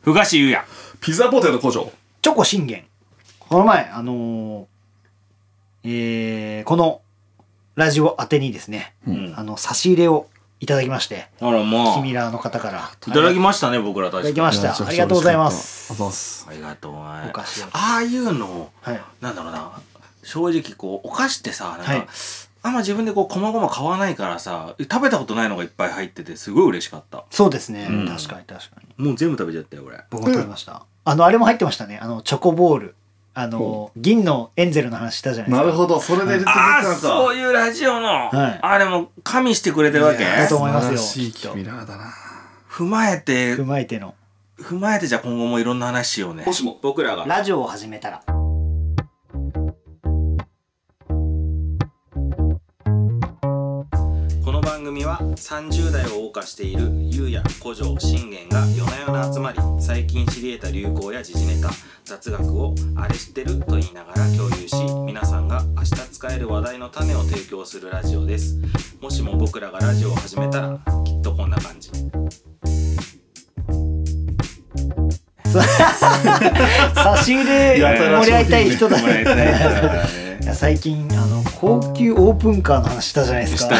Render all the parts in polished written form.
ふがしゆうや。 ピザポテト工場。 チョコ信玄。この前このラジオ宛てにですね、差し入れをいただきまして、 あらまあ。 キミラーの方からいただきましたね、僕ら確かに。 いただきました。ありがとうございます。 ありがとうございます。 お菓子を。 ああいうの、 はい。 なんだろうな、正直こうお菓子ってさ、なんか、あんま自分でこうこまごま買わないからさ、食べたことないのがいっぱい入っててすごい嬉しかった。 そうですね。確かに。 もう全部食べちゃったよ俺。 僕も食べました。あれも入ってましたね。チョコボール。銀のエンゼルの話したじゃないですか。 なるほど、それで出てきたのか。 そういうラジオの、あれも加味してくれてるわけ。 だと思いますよ。 素晴らしいキミラーだな。 踏まえてじゃあ今後もいろんな話しようね。 もしも僕らがラジオを始めたら。 この番組は30代を謳歌しているゆうや古城信玄が夜な夜な集まり、最近知り得た流行や時事ネタ、雑学をあれ知ってると言いながら共有し、皆さんが明日使える話題の種を提供するラジオです。もしも僕らがラジオを始めたらきっとこんな感じ。 差し入れ盛り上げたい人だね。いや最近高級オープンカーの話したじゃないですか。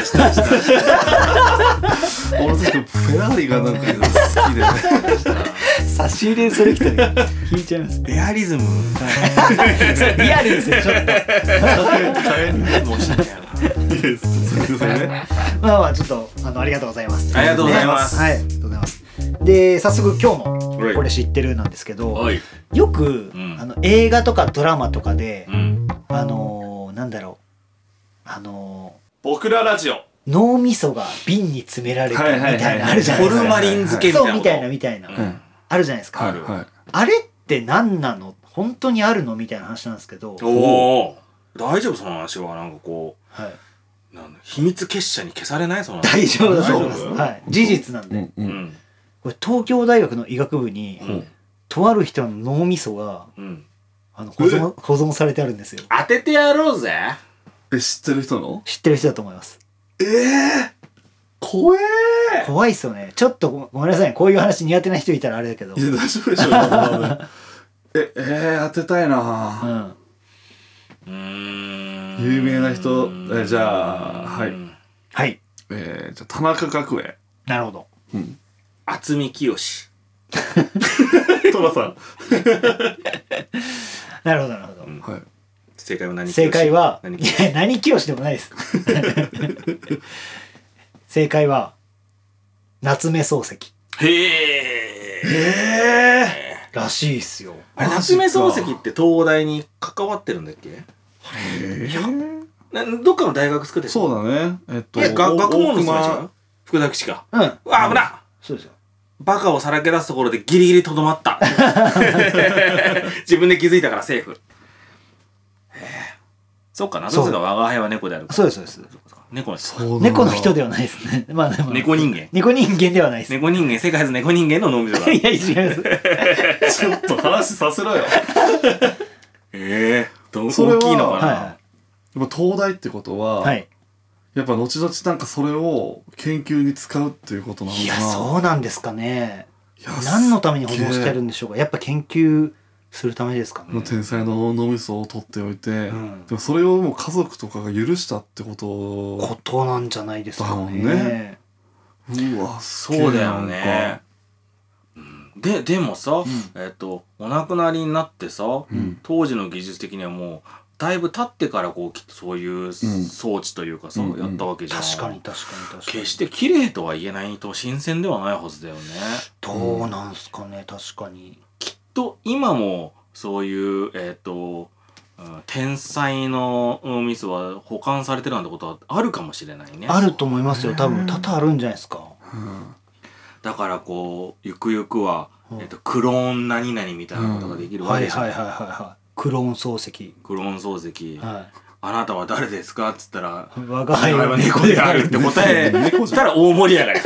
俺確かフェラーリがなんか好きでね。 差し入れする人に聞いちゃいます。 レアリズム。 リアルですよちょっと。 もうしないやな。 まあちょっとありがとうございます。 ありがとうございます。 はい、ありがとうございます。で早速今日のこれ知ってるなんですけど、よく映画とかドラマとかでなんだろう僕らラジオ脳みそが瓶に詰められてるみたいなあるじゃないですか。 ホルマリン漬けみたいなみたいなあるじゃないですか。あれって何なの、本当にあるのみたいな話なんですけど。 おお、大丈夫その話は。なんかこう秘密結社に消されないその話。 大丈夫だと思います。はい、事実なんで。これ東京大学の医学部にとある人の脳みそが保存されてあるんですよ。 当ててやろうぜ。 知ってる人の？ 知ってる人だと思います。 怖いっすよね。ちょっとごめんなさいね、こういう話苦手な人いたらあれだけど。 いや大丈夫でしょ当てたいな。有名な人じゃあはいじゃあ田中角栄。 なるほど。 渥美清。 トラさん。 なるほどなるほど。 はい。 正解は何？ 正解は何清でもないです。正解は夏目漱石。らしいっすよ。 夏目漱石って東大に関わってるんだっけ？どっかの大学作ってる？ そうだね。 学問の人じゃん。福田口か。危な。 そうですよ。 バカをさらけ出すところでギリギリとどまった。自分で気づいたからセーフ。そっか、なぜか我が輩は猫であるから。 そうですそうです。 猫の人ではないですね。まあでも猫人間ではないです。 猫人間、世界初猫人間の脳みそが。 いや違います。 ちょっと話させろよ。 大きいのかな。 やっぱ東大ってことは、やっぱ後々なんかそれを研究に使うっていうことなのかな。 いやそうなんですかね。何のために保存してるんでしょうか。やっぱ研究するためですかね。 天才の脳みそを取っておいて、でもそれをもう家族とかが許したってことなんじゃないですかね。うわ、 そうだよね。でもさ、お亡くなりになってさ、当時の技術的にはもうだいぶ経ってからこうきっとそういう装置というかさ、やったわけじゃん。 確かに。 決して綺麗とは言えないと新鮮ではないはずだよね。 どうなんすかね。確かに。 きっと今もそういう天才の脳みそは保管されてるなんてことはあるかもしれないね。 あると思いますよ。多分多々あるんじゃないですか。 だからこうゆくゆくはクローン何々みたいなことができるわけじゃん。 クローン漱石。 あなたは誰ですかっつったら我が輩は猫であるって答えたら大盛り上がり。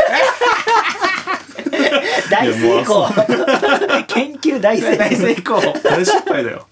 大成功。研究大成功。 大失敗だよ。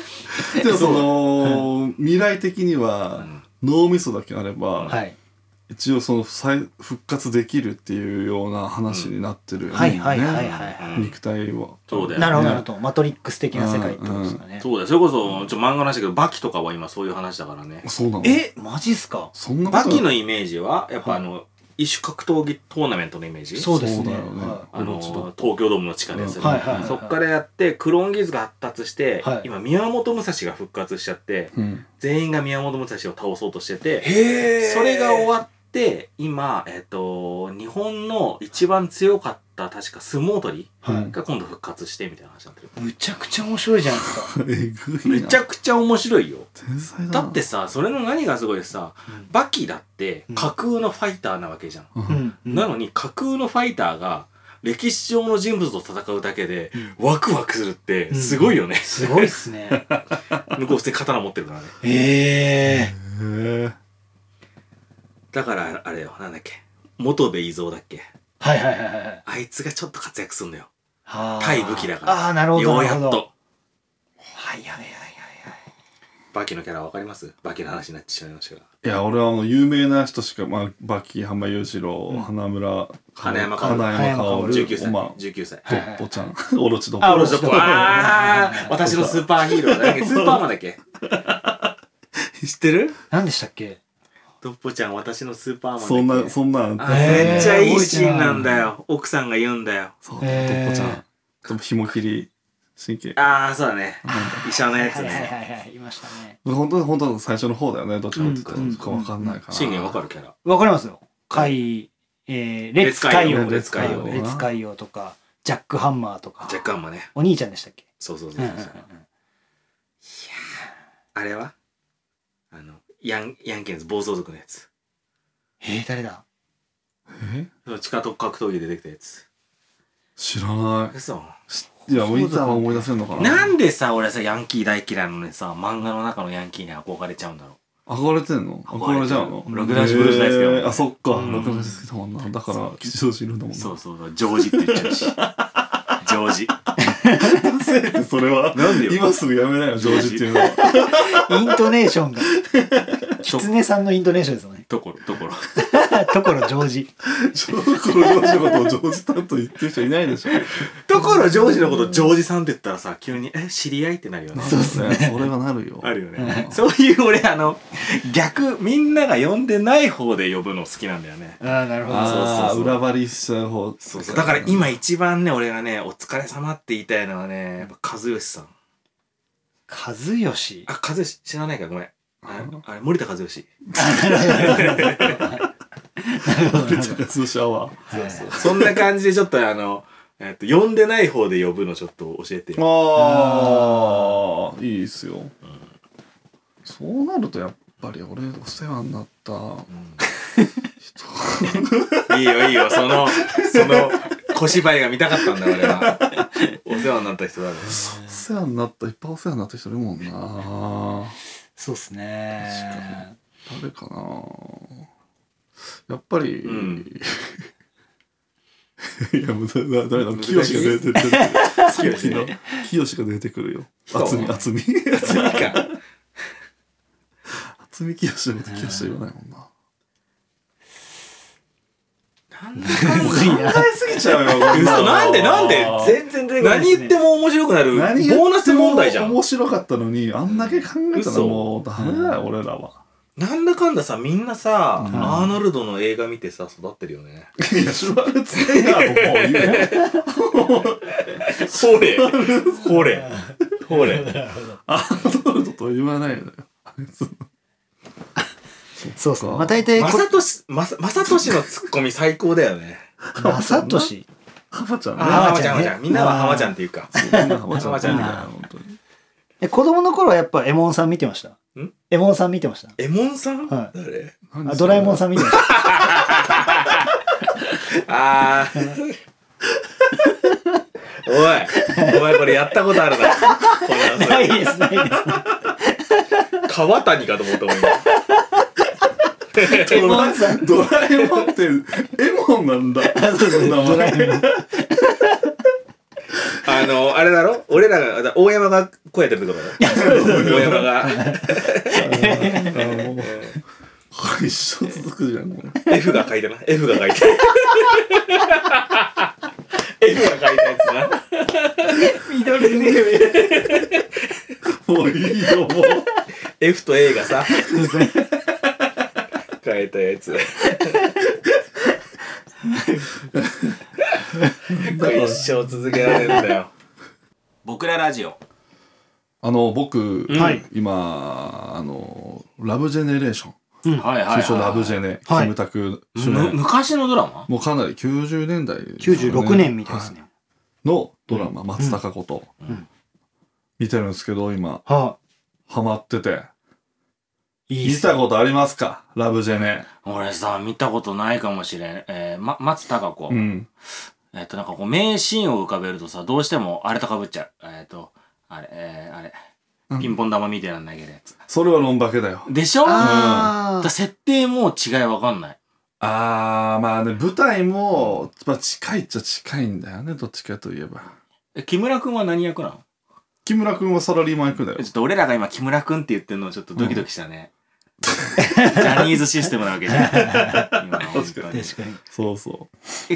でもその未来的には脳みそだけあれば一応その復活できるっていうような話になってるよね。 はいはいはいはい。 肉体は。 そうだよね。 なるほどなるほど。マトリックス的な世界ってことですかね。 そうだよ。それこそ漫画の話だけどバキとかは今そういう話だからね。 そうなの？ マジっすか？ そんなバキのイメージはやっぱ異種格闘技トーナメントのイメージ。 そうですね。 東京ドームの地下でやつ。そっからやってクローン技術が発達して、今宮本武蔵が復活しちゃって、全員が宮本武蔵を倒そうとしてて、それが終わって今日本の一番強かった確か相撲取りが今度復活してみたいな話になってる。 むちゃくちゃ面白いじゃないですか。 めちゃくちゃ面白いよ。 天才だってさ、それの何がすごいさ、バキだって架空のファイターなわけじゃん。なのに架空のファイターが歴史上の人物と戦うだけでワクワクするってすごいよね。 すごいっすね。 向こう普通に刀持ってるからね。だからあれよ、なんだっけ、元部伊蔵だっけ。 はいはいはいはい。 あいつがちょっと活躍するんだよ。対武器だから。 ああ、なるほど。 ようやっと。 はいはいはいはい。 バキのキャラわかります？バキの話になってしまいましたが。 いや、俺は有名な人しか、バキ、浜裕次郎、花村、 花山薫、19歳。19歳。 ドッポちゃん。オロチドッポ。 オロチドッポ。私のスーパーヒーロー。スーパーマンだっけ？知ってる？ 何でしたっけ？ ドッポちゃん、私のスーパーマン。 そんな。 めっちゃいいシーンなんだよ。奥さんが言うんだよ。 そう、ドッポちゃん。でも紐切り神経。 ああ、そうだね。医者のやつね。 はいはいはい、いましたね。 本当の最初の方だよね。どっちかって言ったらわかんないから。 信玄わかるキャラ？ わかりますよ。列海王とか、ジャックハンマーとか。 ジャックハンマーね。 お兄ちゃんでしたっけ？ そう。いやあれはヤンケンズ暴走族のやつ。 誰だ？ 地下格闘技で出てきたやつ。 知らない。 嘘。 いや、いつは思い出せんのかな。 なんでさ、俺さ、ヤンキー大嫌いなのにさ、漫画の中のヤンキーに憧れちゃうんだろう。 憧れてんの？憧れちゃうの？ ロクダッシュブルース大好きだもん。 あ、そっか。ロクダッシュ好きだもんな。だから、吉祥寺いるんだもんな。 そう、ジョージって言っちゃうし。ジョージ。 それはなんでよ。今すぐやめなよ、ジョージっていうのは。 イントネーションが。狐さんのイントネーションですよね。 ところジョージ。 ところジョージのことをジョージさんと言ってる人いないでしょ。 ところジョージのことジョージさんって言ったらさ、急に知り合いってなるよね。 そうですね。それはなるよ。 あるよね。そういう俺逆みんなが呼んでない方で呼ぶの好きなんだよね。 ああ、なるほど。 そう裏張りしちゃう方。 そう。だから今一番ね、俺がね、お疲れ様って言いたいのはね、やっぱ和義さん。 和義？ あ、和義知らないかごめん。あれ森田和義。そんな感じでちょっと呼んでない方で呼ぶのちょっと教えて。 ああ、いいっすよ。そうなるとやっぱり俺お世話になった人。いいよその小芝居が見たかったんだ俺は。お世話になった人だね。 お世話になったいっぱいお世話になった人いるもんな。 そうっすね。 誰かな。やっぱり、いやもう誰だ、清が出てくる。清が出てくるよ。厚みか。厚み清のこと清言わないもんな。 考えすぎちゃうよ。 なんで全然出てこない。 何言っても面白くなるボーナス問題じゃん。 面白かったのにあんだけ考えたらもうダメだよ俺らは。 なんだかんださみんなさアーノルドの映画見てさ育ってるよね。 いやシュワルツェネッガーももうほれアーノルドと言わないのよ。 そうそう。大体マサトシのツッコミ最高だよね。 マサトシ。 浜ちゃんね。 浜ちゃん。みんなは浜ちゃんっていうか。 浜ちゃんだよ本当に。 子供の頃はやっぱエモンさん見てました。エモンさん見てました。 エモンさん？誰？ ドラえもんさん見てました。 お前これやったことあるな。 ないです。 川谷かと思ったもん。 エモンさん。 ドラえもんってエモンなんだ。 ドラえもん。 あれだろ？俺らが大山が声やってるところだろ。大山が。 こ一生続くじゃんもう。 F が書いてな。F が書いて。F が書いたやつな。 緑ね。 もういいよもう。 F と A がさ書いたやつ。一生続けられるんだよ。僕らラジオ。 僕、今ラブジェネレーション。通称ラブジェネ、キムタク主演。 昔のドラマ？ もうかなり90年代、 96年みたいですね。 のドラマ、松たか子と見てるんですけど、今ハマってて。見たことありますか？ラブジェネ。 俺さ、見たことないかもしれん。松たか子。なんかこう名シーンを浮かべるとさ、どうしてもあれとかぶっちゃう。あれ。ピンポン玉みたいなの投げるやつ。 それはロンバケだよ。 でしょ？設定も違いわかんない。 まあね、舞台も、近いっちゃ近いんだよね、どっちかといえば。 木村くんは何役なの？ 木村くんはサラリーマン役だよ。 ちょっと俺らが今木村くんって言ってるのちょっとドキドキしたね。ジャニーズシステムなわけじゃん。今確かに。 そうそう。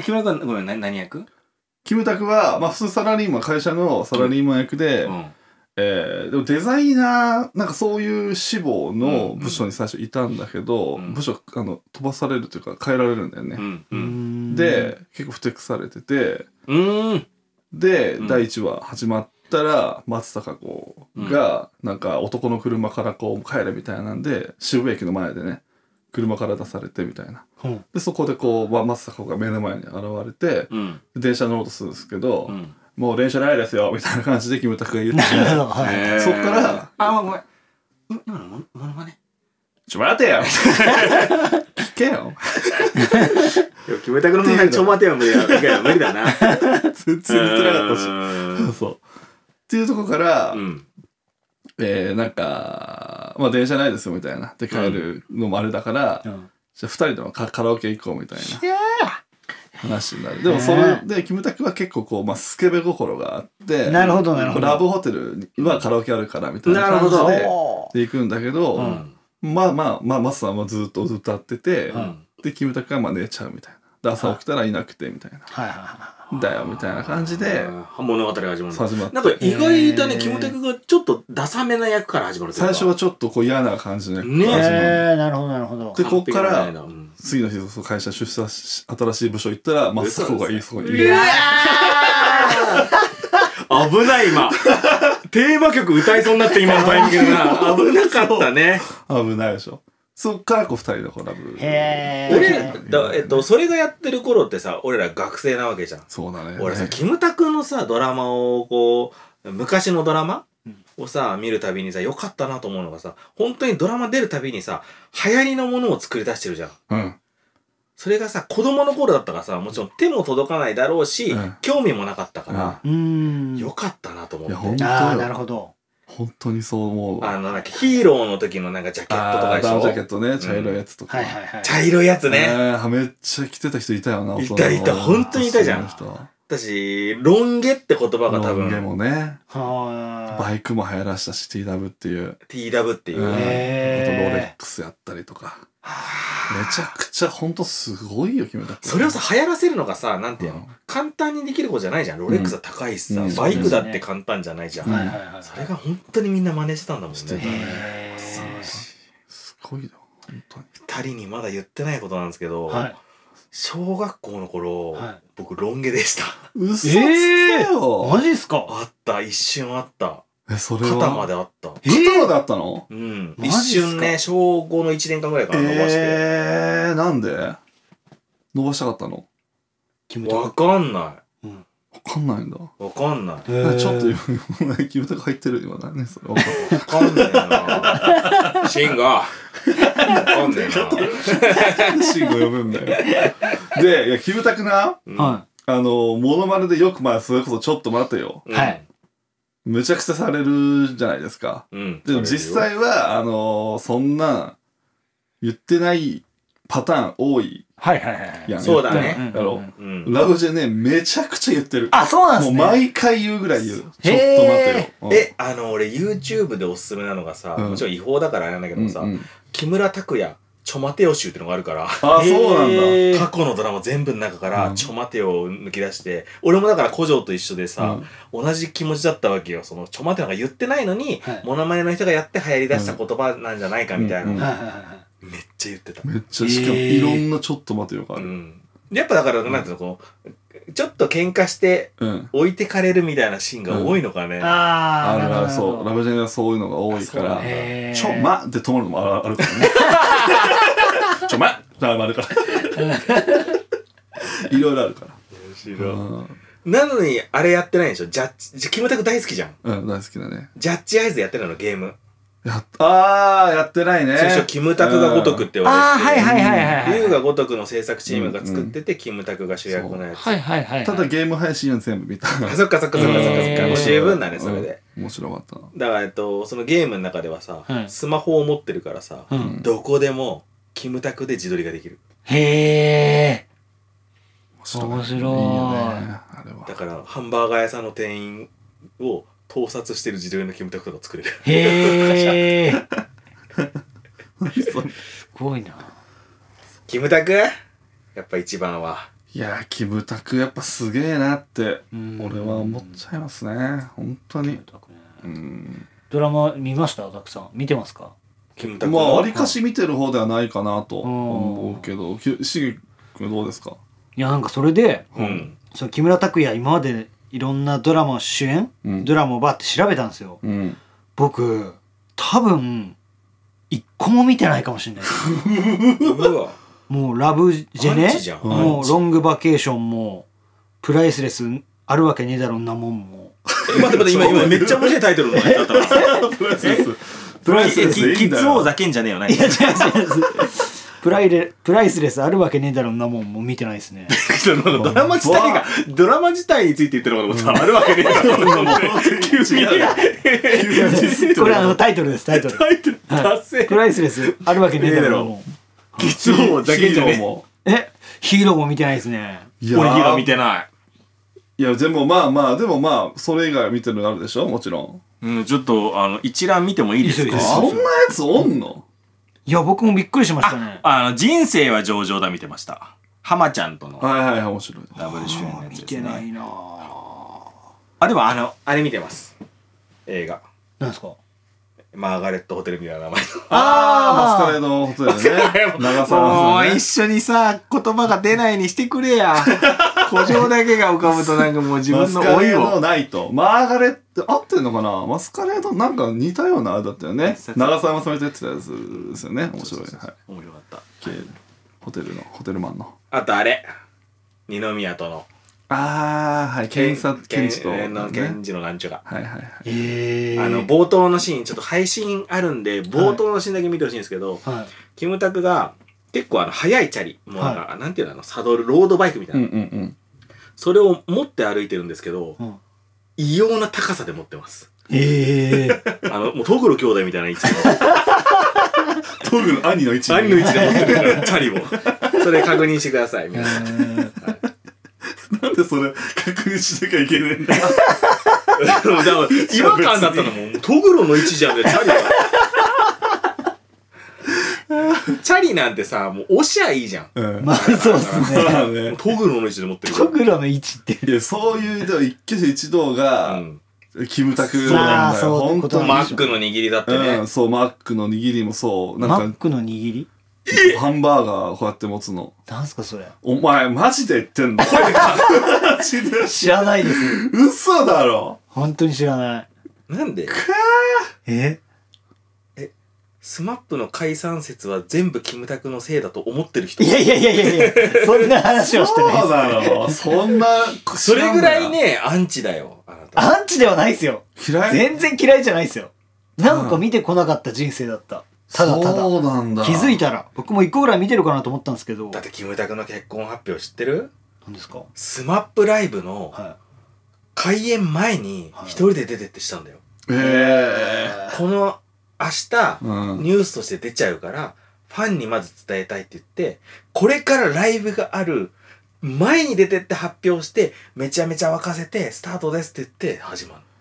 木村くん、ごめん、何役？ キムタクは、普通サラリーマン、会社のサラリーマン役で、でもデザイナーなんかそういう志望の部署に最初いたんだけど、部署飛ばされるというか変えられるんだよね、で結構ふてくされてて、で、第1話始まったら松たか子がなんか男の車からこう帰れみたいなんで渋谷駅の前でね車から出されてみたいな、でそこでこう松たか子が目の前に現れて、電車乗ろうとするんですけど、もう電車ないですよみたいな感じでキムタクが言って、そっからごめん。今のモノマネ？ ちょ待てよ聞けよキムタクのモノマネちょ待てよ無理だな。 全然言ってなかったし、そうっていうとこから、なんか電車ないですよみたいなで帰るのもあれだから、じゃあ2人でもカラオケ行こうみたいな話になる。でもそれでキムタクは結構こう、スケベ心があって、 なるほどラブホテルにはカラオケあるからみたいな感じで行くんだけど、マスさんはずっと歌ってて、でキムタクが寝ちゃうみたいな。で朝起きたらいなくてみたいな、だよみたいな感じで物語が始まる。なんか意外だね、キムタクがちょっとダサめな役から始まる。 最初はちょっとこう嫌な感じの役から始まる。なるほどなるほど。 でこっから次の日会社出社し新しい部署行ったら松たか子がいいそこにいる。 危ない今テーマ曲歌いそうになって今のタイミングでな。危なかったね。 危ないでしょ。そっからこう2人のコラボ。 それがやってる頃ってさ、俺ら学生なわけじゃん。 そうだね。 俺さ、キムタクのさドラマをこう昔のドラマをさ見るたびにさ、よかったなと思うのがさ、本当にドラマ出るたびにさ流行りのものを作り出してるじゃん。それがさ子供の頃だったからさ、もちろん手も届かないだろうし、興味もなかったから、よかったなと思って。 なるほど。 本当にそう思う。 なんかヒーローの時のなんかジャケットとかでしょ。 ダウンジャケットね、茶色いやつとか。 茶色いやつね。 めっちゃ着てた人いたよな。 いた、本当にいたじゃん。私、ロン毛って言葉が多分。 ロン毛もね。バイクも流行らしたし、TW っていう。 TW っていう。 あとロレックスやったりとか。めちゃくちゃ本当すごいよ、キムタク。 それをさ流行らせるのがさ、なんていうの、簡単にできることじゃないじゃん。ロレックスは高いしさ、バイクだって簡単じゃないじゃん。それが本当にみんな真似してたんだもんね。 すごいよ本当に。 2人にまだ言ってないことなんですけど、小学校の頃僕ロン毛でした。 嘘つけよ。 マジっすか？ あった、一瞬あった。 それは肩まであった。 肩まであったの？ 一瞬ね、小5の1年間ぐらいから伸ばして。 なんで伸ばしたかったの？ わかんない。 わかんないんだ。 わかんない。 ちょっと今キムタク入ってる今だねそれ。 わかんないな。シンがわかんねえな。 シンゴ呼ぶんだよ。で、いやキムタクな、モノマネでよくそれこそちょっと待てよ。むちゃくちゃされるじゃないですか。でも実際はそんな言ってないパターン多い。 そうだね。 ラブジェねめちゃくちゃ言ってる。 あ、そうなんですね。 もう毎回言うぐらい言う。ちょっと待てよ。 俺 YouTube でおすすめなのがさ、もちろん違法だからあれなんだけどさ、木村拓哉ちょ待てよ集ってのがあるから、 あ、そうなんだ。過去のドラマ全部の中からちょ待てよを抜き出して、俺もだから古城と一緒でさ、同じ気持ちだったわけよ。そのちょ待てよが言ってないのに、モノマネの人がやって流行り出した言葉なんじゃないかみたいな、めっちゃ言ってた。 めっちゃ、しかもいろんなちょっと待てよがある。 やっぱだからなんていうの、こうちょっと喧嘩して置いてかれるみたいなシーンが多いのかね。 ある、そう、ラブジェネはそういうのが多いから、ちょまって止まるのもあるからね。ちょまってあるからいろいろあるから。 面白い。なのにあれやってないでしょ。ジャッジ、キムタク大好きじゃん。 うん、大好きだね。 ジャッジアイズやってないのゲーム。 やってないね。 最初キムタクが如くって言われてて、 龍が如くの制作チームが作ってて、キムタクが主役のやつ。 ただゲーム配信は全部見た。 あ、そっか。もう十分だね、それで。 面白かったな。 だからそのゲームの中ではさ、スマホを持ってるからさ、どこでもキムタクで自撮りができる。 へー。 面白い。いいよね、あれは。 だからハンバーガー屋さんの店員を盗撮してる自撮りのキムタクとか作れる。 へー。すごいな。 キムタクやっぱ一番は。 いや、キムタクやっぱすげえなって俺は思っちゃいますね、本当に。 ドラマ見ました？たくさん見てますか？ キムタク。 まあわりかし見てる方ではないかなと思うけど、しげ君どうですか？ いや、なんかそれで、その木村拓哉今までいろんなドラマ主演、ドラマをバーって調べたんですよ。僕多分一個も見てないかもしれないですもうラブジェネ、もうロングバケーションもプライスレスあるわけねえだろんなもんも。 待って今めっちゃ面白いタイトルのやつだったらプライスレスプライスレスキッズ王ざけんじゃねえよ。 いや違うプライスレスあるわけねえだろんなもんも見てないですね。 ドラマ自体について言ってるのかとあるわけねえだろんなもん。 これタイトルです。タイトルプライスレスあるわけねえだろんなもん。 キッズ王ざけんじゃねえ。ヒーローも見てないですね。 俺ヒーロー見てない。 いやでもまあそれ以外見てるのあるでしょ、もちろん。ちょっと一覧見てもいいですか？ そんなやつおんの？ いや僕もびっくりしましたね。 人生は上々だ見てました。浜ちゃんとの面白いダブル主演のやつですね。 見てないなあ。でもあれ見てます。映画。 なんですか？ マーガレットホテルみたいな名前の。 マスカレードホテルね。長澤さんね。 もう一緒にさ言葉が出ないにしてくれや。古城だけが浮かぶとなんかもう自分の老いを。マスカレードナイト。マーガレット合ってんのかな。マスカレードなんか似たようなあれだったよね。長澤まさみとやってたやつですよね。面白い。はい。面白かった。 ホテルマンの。 あとあれ二宮との。 検事と検事のなんちゅうか。 冒頭のシーンちょっと配信あるんで冒頭のシーンだけ見てほしいんですけど、キムタクが結構速いチャリ、もうなんていうの、サドルロードバイクみたいな、それを持って歩いてるんですけど、異様な高さで持ってます。もうトグロ兄弟みたいな位置でトグロ兄の位置で持ってるからチャリをそれ確認してください皆さん。 なんでそれ確認しなきゃいけないんだ。 違和感だったのもトグロの位置じゃんね。チャリなんてさもう押しゃいいじゃん。 まあそうっすね。 トグロの位置で持ってる。 トグロの位置って。 いやそういう一挙手一動がキムタクなんだよ。本当マックの握りだってね。 そうマックの握りもそう。 マックの握り？ ハンバーガーこうやって持つの。 なんすかそれ。 お前マジで言ってんの？ 知らないです。 嘘だろ。 本当に知らない。 なんで？スマップの解散説は全部キムタクのせいだと思ってる人。 いやそんな話をしてない。 そうだろ。そんなそれぐらいねアンチだよ。 アンチではないですよ。 嫌い？ 全然嫌いじゃないですよ。なんか見てこなかった人生だった。ただそうなんだ。 気づいたら僕も1個ぐらい見てるかなと思ったんですけど。 だってキムタクの結婚発表知ってる？ 何ですか？ スマップライブの開演前に一人で出てってしたんだよ。この明日ニュースとして出ちゃうからファンにまず伝えたいって言ってこれからライブがある前に出てって発表してめちゃめちゃ沸かせてスタートですって言って始まる。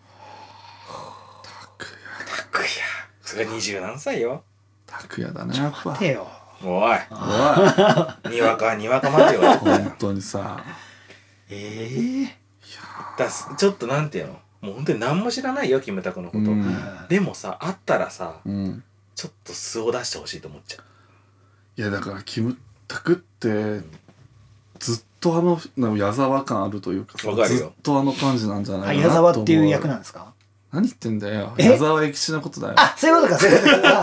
拓也それが20何歳よ。 拓也だねやっぱ。 待てよ。 おいにわかまでよ本当にさちょっとなんていうのもう本当に何も知らないよキムタクのこと、でもさ会ったらさ、ちょっと素を出してほしいと思っちゃう。 いやだからキムタクってずっと矢沢感あるというかさ、ずっとあの感じなんじゃないかなと思う。 矢沢っていう役なんですか？ 何言ってんだよ。矢沢永吉のことだよ。 あ、そういうことか、そういうことか。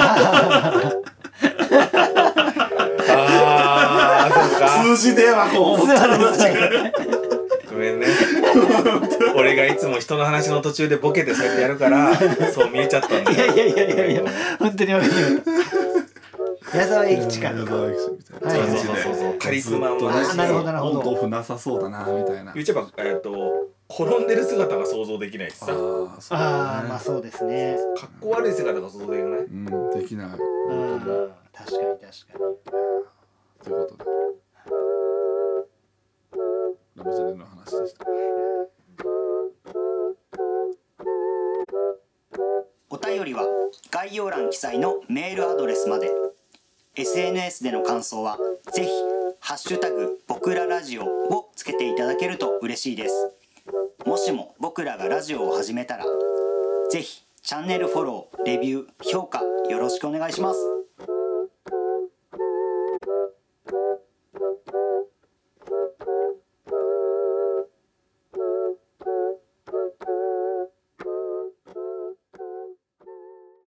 そうか。 数字ではこう思ったの。 ごめんね。俺がいつも人の話の途中でボケてそうやってやるからそう見えちゃったんだよ。 いや本当に分かりました。矢沢永吉か。 矢沢永吉みたいな感じで、 そうカリスマをなるほどなるほど。 オンとオフなさそうだなみたいな。 言っちゃえば転んでる姿が想像できないしさ。 まあそうですね。 かっこ悪い姿が想像できない。 できない。 確かに。 ということでラブジェネの話でした。 お便りは概要欄記載のメールアドレスまで。 SNS での感想はぜひハッシュタグ僕らラジオをつけていただけると嬉しいです。もしも僕らがラジオを始めたらぜひチャンネルフォロー、レビュー、評価よろしくお願いします。